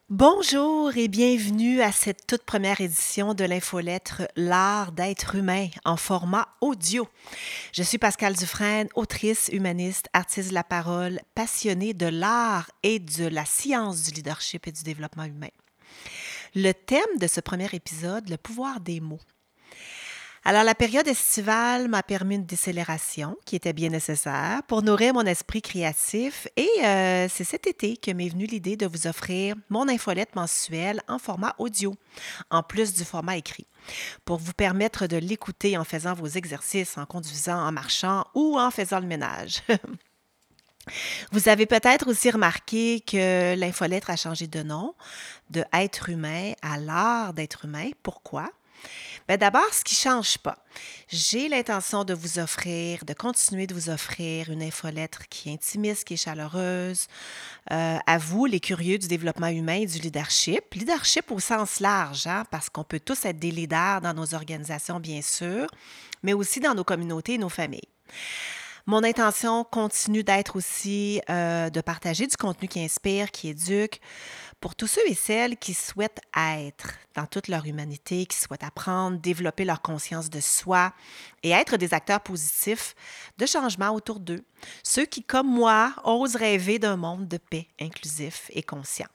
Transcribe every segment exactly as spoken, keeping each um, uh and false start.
Bonjour et bienvenue à cette toute première édition de l'infolettre L'art d'être humain en format audio. Je suis Pascale Dufresne, autrice, humaniste, artiste de la parole, passionnée de l'art et de la science du leadership et du développement humain. Le thème de ce premier épisode, le pouvoir des mots. Alors, la période estivale m'a permis une décélération qui était bien nécessaire pour nourrir mon esprit créatif et euh, c'est cet été que m'est venue l'idée de vous offrir mon infolette mensuelle en format audio, en plus du format écrit, pour vous permettre de l'écouter en faisant vos exercices, en conduisant, en marchant ou en faisant le ménage. Vous avez peut-être aussi remarqué que l'infolettre a changé de nom, de être humain à l'art d'être humain. Pourquoi? Ben d'abord, ce qui ne change pas. J'ai l'intention de vous offrir, de continuer de vous offrir une infolettre qui est intimiste, qui est chaleureuse, euh, à vous, les curieux du développement humain et du leadership. Leadership au sens large, hein, parce qu'on peut tous être des leaders dans nos organisations, bien sûr, mais aussi dans nos communautés et nos familles. Mon intention continue d'être aussi euh, de partager du contenu qui inspire, qui éduque, pour tous ceux et celles qui souhaitent être dans toute leur humanité, qui souhaitent apprendre, développer leur conscience de soi et être des acteurs positifs de changement autour d'eux. Ceux qui, comme moi, osent rêver d'un monde de paix inclusif et conscient.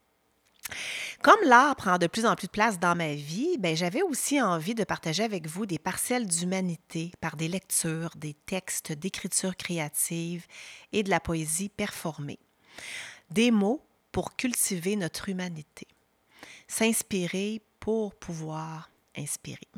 Comme l'art prend de plus en plus de place dans ma vie, ben, j'avais aussi envie de partager avec vous des parcelles d'humanité par des lectures, des textes d'écriture créative et de la poésie performée. Des mots pour cultiver notre humanité. S'inspirer pour pouvoir inspirer.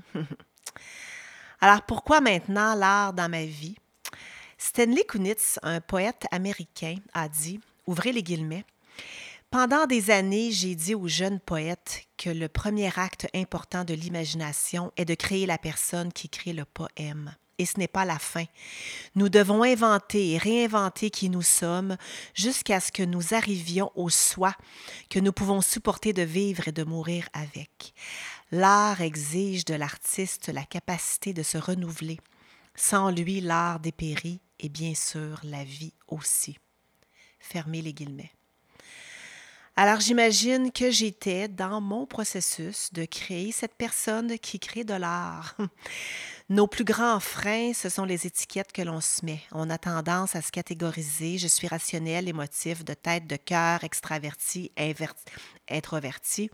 Alors, pourquoi maintenant l'art dans ma vie? Stanley Kunitz, un poète américain, a dit, ouvrez les guillemets, pendant des années, j'ai dit aux jeunes poètes que le premier acte important de l'imagination est de créer la personne qui crée le poème. Et ce n'est pas la fin. Nous devons inventer et réinventer qui nous sommes jusqu'à ce que nous arrivions au soi que nous pouvons supporter de vivre et de mourir avec. L'art exige de l'artiste la capacité de se renouveler. Sans lui, l'art dépérit et bien sûr la vie aussi. Fermez les guillemets. Alors j'imagine que j'étais dans mon processus de créer cette personne qui crée de l'art. Nos plus grands freins, ce sont les étiquettes que l'on se met. On a tendance à se catégoriser. Je suis rationnel, émotif, de tête, de cœur, extraverti, introverti.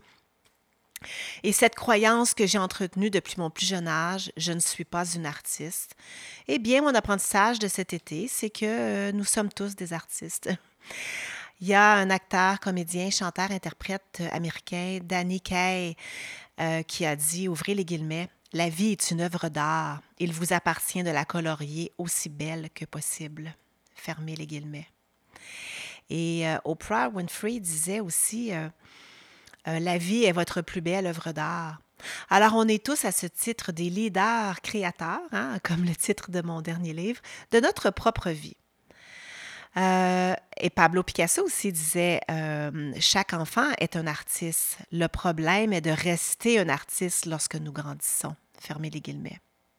Et cette croyance que j'ai entretenue depuis mon plus jeune âge, je ne suis pas une artiste, eh bien, mon apprentissage de cet été, c'est que euh, nous sommes tous des artistes. Il y a un acteur, comédien, chanteur, interprète américain, Danny Kaye, euh, qui a dit, ouvrez les guillemets, la vie est une œuvre d'art. Il vous appartient de la colorier aussi belle que possible. Fermez les guillemets. Et euh, Oprah Winfrey disait aussi, euh, euh, la vie est votre plus belle œuvre d'art. Alors, on est tous à ce titre des leaders créateurs, hein, comme le titre de mon dernier livre, de notre propre vie. Euh, et Pablo Picasso aussi disait euh, chaque enfant est un artiste. Le problème est de rester un artiste lorsque nous grandissons. Fermez les guillemets.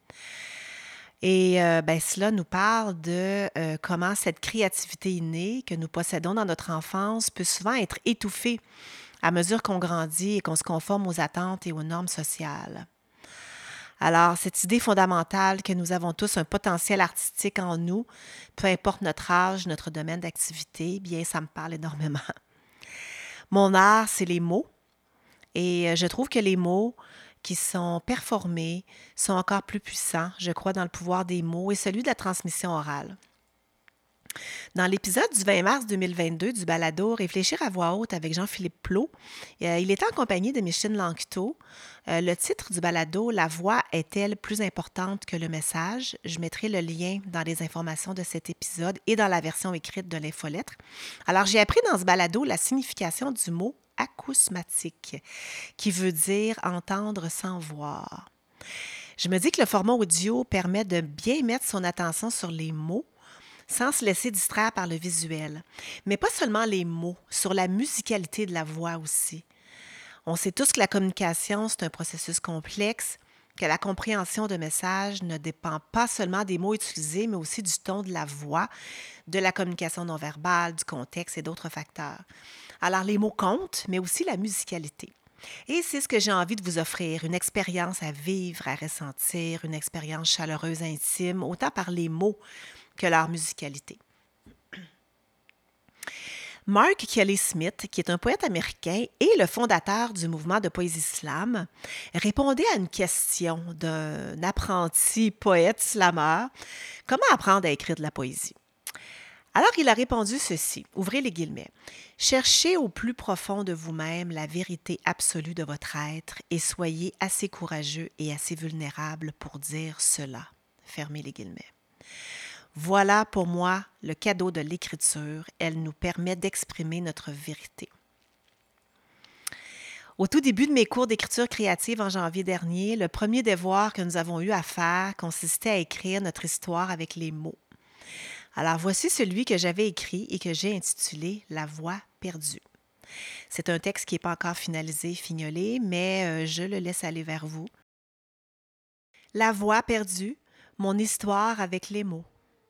Et euh, ben, cela nous parle de euh, comment cette créativité innée que nous possédons dans notre enfance peut souvent être étouffée à mesure qu'on grandit et qu'on se conforme aux attentes et aux normes sociales. Alors, cette idée fondamentale que nous avons tous un potentiel artistique en nous, peu importe notre âge, notre domaine d'activité, bien, ça me parle énormément. Mon art, c'est les mots. Et je trouve que les mots qui sont performés sont encore plus puissants, je crois, dans le pouvoir des mots et celui de la transmission orale. Dans l'épisode du vingt mars deux mille vingt-deux du balado Réfléchir à voix haute avec Jean-Philippe Plot, euh, il était en compagnie de Micheline Lanctot. Euh, le titre du balado, La voix est-elle plus importante que le message? Je mettrai le lien dans les informations de cet épisode et dans la version écrite de l'infolettre. Alors, j'ai appris dans ce balado la signification du mot acousmatique, qui veut dire entendre sans voir. Je me dis que le format audio permet de bien mettre son attention sur les mots sans se laisser distraire par le visuel. Mais pas seulement les mots, sur la musicalité de la voix aussi. On sait tous que la communication, c'est un processus complexe, que la compréhension de messages ne dépend pas seulement des mots utilisés, mais aussi du ton de la voix, de la communication non verbale, du contexte et d'autres facteurs. Alors, les mots comptent, mais aussi la musicalité. Et c'est ce que j'ai envie de vous offrir, une expérience à vivre, à ressentir, une expérience chaleureuse, intime, autant par les mots que leur musicalité. Mark Kelly Smith, qui est un poète américain et le fondateur du mouvement de poésie slam, répondait à une question d'un apprenti poète slameur, comment apprendre à écrire de la poésie? Alors il a répondu ceci, ouvrez les guillemets. Cherchez au plus profond de vous-même la vérité absolue de votre être et soyez assez courageux et assez vulnérable pour dire cela. Fermez les guillemets. Voilà pour moi le cadeau de l'écriture. Elle nous permet d'exprimer notre vérité. Au tout début de mes cours d'écriture créative en janvier dernier, le premier devoir que nous avons eu à faire consistait à écrire notre histoire avec les mots. Alors voici celui que j'avais écrit et que j'ai intitulé « La voix perdue ». C'est un texte qui n'est pas encore finalisé, fignolé, mais euh, je le laisse aller vers vous. La voix perdue, mon histoire avec les mots.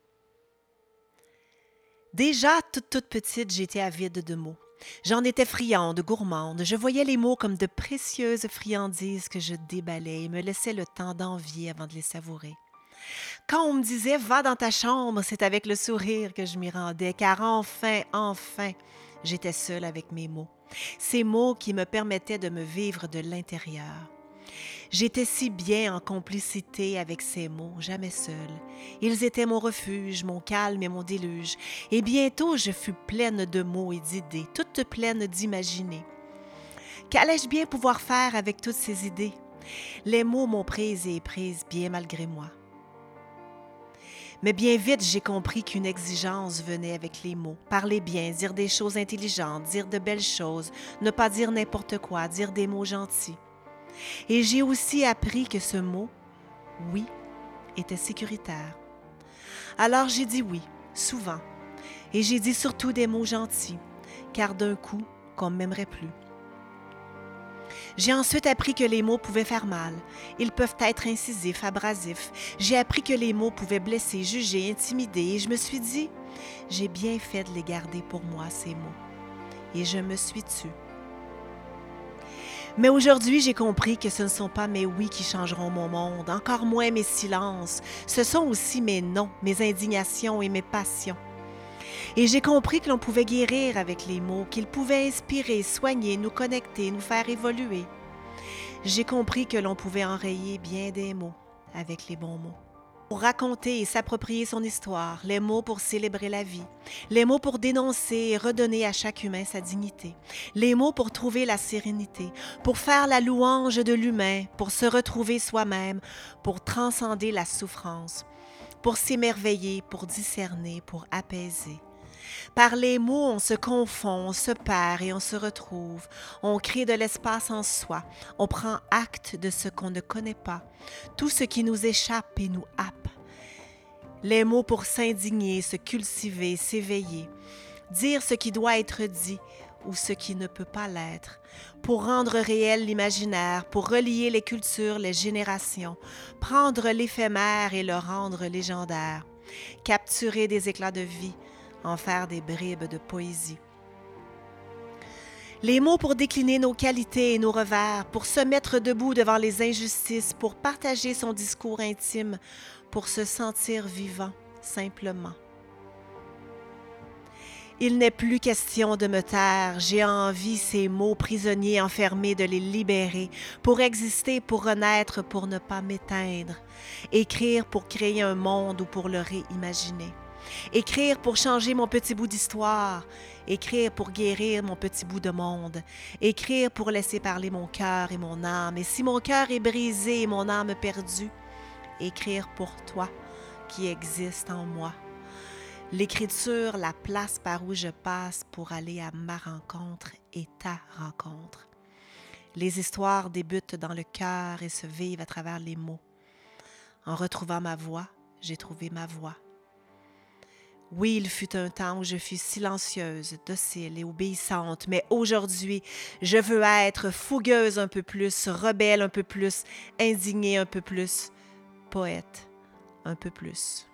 Déjà, toute, toute petite, j'étais avide de mots. J'en étais friande, gourmande. Je voyais les mots comme de précieuses friandises que je déballais et me laissais le temps d'envier avant de les savourer. Quand on me disait « va dans ta chambre », c'est avec le sourire que je m'y rendais, car enfin, enfin, j'étais seule avec mes mots. Ces mots qui me permettaient de me vivre de l'intérieur. J'étais si bien en complicité avec ces mots, jamais seule. Ils étaient mon refuge, mon calme et mon déluge. Et bientôt, je fus pleine de mots et d'idées, toute pleine d'imaginer. Qu'allais-je bien pouvoir faire avec toutes ces idées? Les mots m'ont prise et prise bien malgré moi. Mais bien vite, j'ai compris qu'une exigence venait avec les mots. Parler bien, dire des choses intelligentes, dire de belles choses, ne pas dire n'importe quoi, dire des mots gentils. Et j'ai aussi appris que ce mot, oui, était sécuritaire. Alors j'ai dit oui, souvent, et j'ai dit surtout des mots gentils, car d'un coup, qu'on ne m'aimerait plus. J'ai ensuite appris que les mots pouvaient faire mal. Ils peuvent être incisifs, abrasifs. J'ai appris que les mots pouvaient blesser, juger, intimider, et je me suis dit, j'ai bien fait de les garder pour moi, ces mots. Et je me suis tue. Mais aujourd'hui, j'ai compris que ce ne sont pas mes oui qui changeront mon monde, encore moins mes silences. Ce sont aussi mes non, mes indignations et mes passions. Et j'ai compris que l'on pouvait guérir avec les mots, qu'ils pouvaient inspirer, soigner, nous connecter, nous faire évoluer. J'ai compris que l'on pouvait enrayer bien des mots avec les bons mots. Pour raconter et s'approprier son histoire, les mots pour célébrer la vie, les mots pour dénoncer et redonner à chaque humain sa dignité, les mots pour trouver la sérénité, pour faire la louange de l'humain, pour se retrouver soi-même, pour transcender la souffrance, pour s'émerveiller, pour discerner, pour apaiser. Par les mots, on se confond, on se perd et on se retrouve. On crée de l'espace en soi. On prend acte de ce qu'on ne connaît pas. Tout ce qui nous échappe et nous happe. Les mots pour s'indigner, se cultiver, s'éveiller. Dire ce qui doit être dit ou ce qui ne peut pas l'être. Pour rendre réel l'imaginaire, pour relier les cultures, les générations. Prendre l'éphémère et le rendre légendaire. Capturer des éclats de vie. En faire des bribes de poésie. Les mots pour décliner nos qualités et nos revers, pour se mettre debout devant les injustices, pour partager son discours intime, pour se sentir vivant, simplement. Il n'est plus question de me taire, j'ai envie ces mots prisonniers enfermés de les libérer, pour exister, pour renaître, pour ne pas m'éteindre, écrire pour créer un monde ou pour le réimaginer. Écrire pour changer mon petit bout d'histoire. Écrire pour guérir mon petit bout de monde. Écrire pour laisser parler mon cœur et mon âme. Et si mon cœur est brisé et mon âme perdue, écrire pour toi qui existe en moi. L'écriture, la place par où je passe pour aller à ma rencontre et ta rencontre. Les histoires débutent dans le cœur et se vivent à travers les mots. En retrouvant ma voix, j'ai trouvé ma voix. Oui, il fut un temps où je fus silencieuse, docile et obéissante, mais aujourd'hui, je veux être fougueuse un peu plus, rebelle un peu plus, indignée un peu plus, poète un peu plus.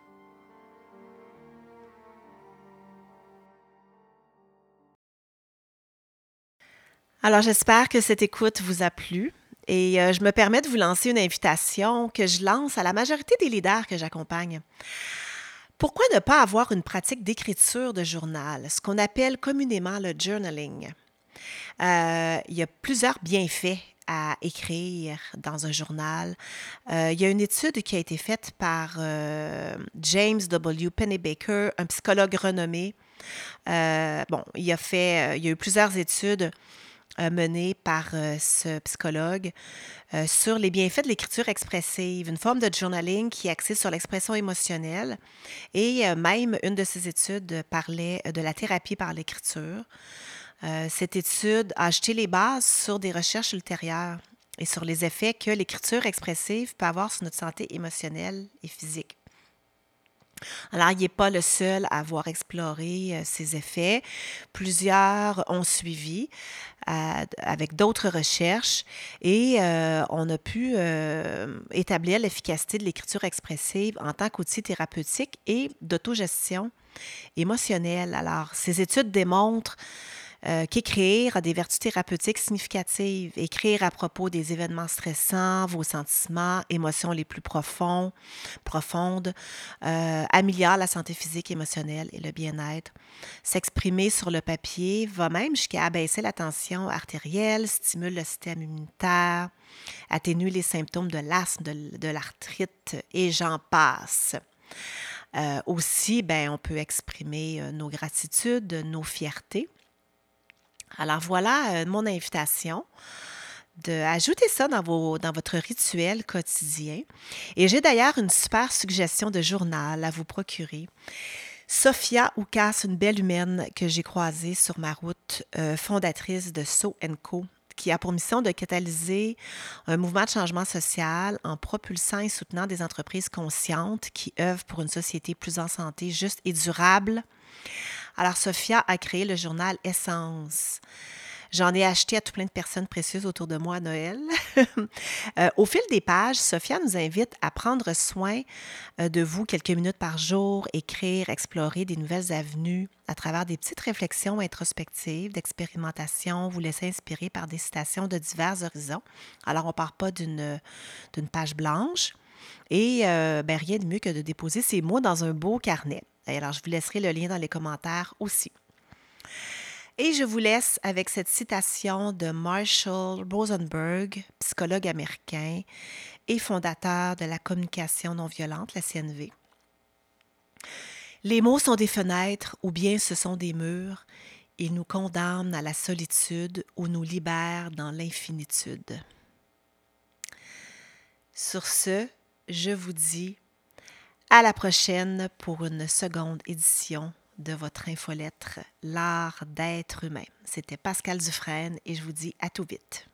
Alors, j'espère que cette écoute vous a plu et euh, je me permets de vous lancer une invitation que je lance à la majorité des leaders que j'accompagne. Pourquoi ne pas avoir une pratique d'écriture de journal, ce qu'on appelle communément le journaling? Euh, il y a plusieurs bienfaits à écrire dans un journal. Euh, il y a une étude qui a été faite par euh, James W. Pennebaker, un psychologue renommé. Euh, bon, il a fait, euh, il y a eu plusieurs études euh, menées par euh, ce psychologue euh, sur les bienfaits de l'écriture expressive, une forme de journaling qui est axée sur l'expression émotionnelle. Et euh, même une de ces études parlait de la thérapie par l'écriture. Euh, cette étude a jeté les bases sur des recherches ultérieures et sur les effets que l'écriture expressive peut avoir sur notre santé émotionnelle et physique. Alors, il n'est pas le seul à avoir exploré euh, ces effets. Plusieurs ont suivi euh, avec d'autres recherches et euh, on a pu euh, établir l'efficacité de l'écriture expressive en tant qu'outil thérapeutique et d'autogestion émotionnelle. Alors, ces études démontrent euh, qu'écrire a des vertus thérapeutiques significatives. Écrire à propos des événements stressants, vos sentiments, émotions les plus profonds, profondes, euh, améliore la santé physique, émotionnelle et le bien-être. S'exprimer sur le papier va même jusqu'à abaisser la tension artérielle, stimule le système immunitaire, atténue les symptômes de l'asthme, de, de l'arthrite et j'en passe. Euh, aussi, ben, on peut exprimer euh, nos gratitudes, nos fiertés. Alors voilà euh, mon invitation d'ajouter ça dans, vos, dans votre rituel quotidien. Et j'ai d'ailleurs une super suggestion de journal à vous procurer. Sophia Oukas, une belle humaine que j'ai croisée sur ma route, euh, fondatrice de So and Co, qui a pour mission de catalyser un mouvement de changement social en propulsant et soutenant des entreprises conscientes qui œuvrent pour une société plus en santé, juste et durable. Alors, Sophia a créé le journal Essence. J'en ai acheté à tout plein de personnes précieuses autour de moi à Noël. euh, au fil des pages, Sophia nous invite à prendre soin euh, de vous quelques minutes par jour, écrire, explorer des nouvelles avenues à travers des petites réflexions introspectives, d'expérimentation, vous laisser inspirer par des citations de divers horizons. Alors, on ne part pas d'une, d'une page blanche. Et euh, ben, rien de mieux que de déposer ces mots dans un beau carnet. Et alors, je vous laisserai le lien dans les commentaires aussi. Et je vous laisse avec cette citation de Marshall Rosenberg, psychologue américain et fondateur de la communication non violente, la C N V. Les mots sont des fenêtres ou bien ce sont des murs. Ils nous condamnent à la solitude ou nous libèrent dans l'infinitude. Sur ce, je vous dis à la prochaine pour une seconde édition de votre infolettre L'art d'être humain. C'était Pascal Dufresne et je vous dis à tout vite.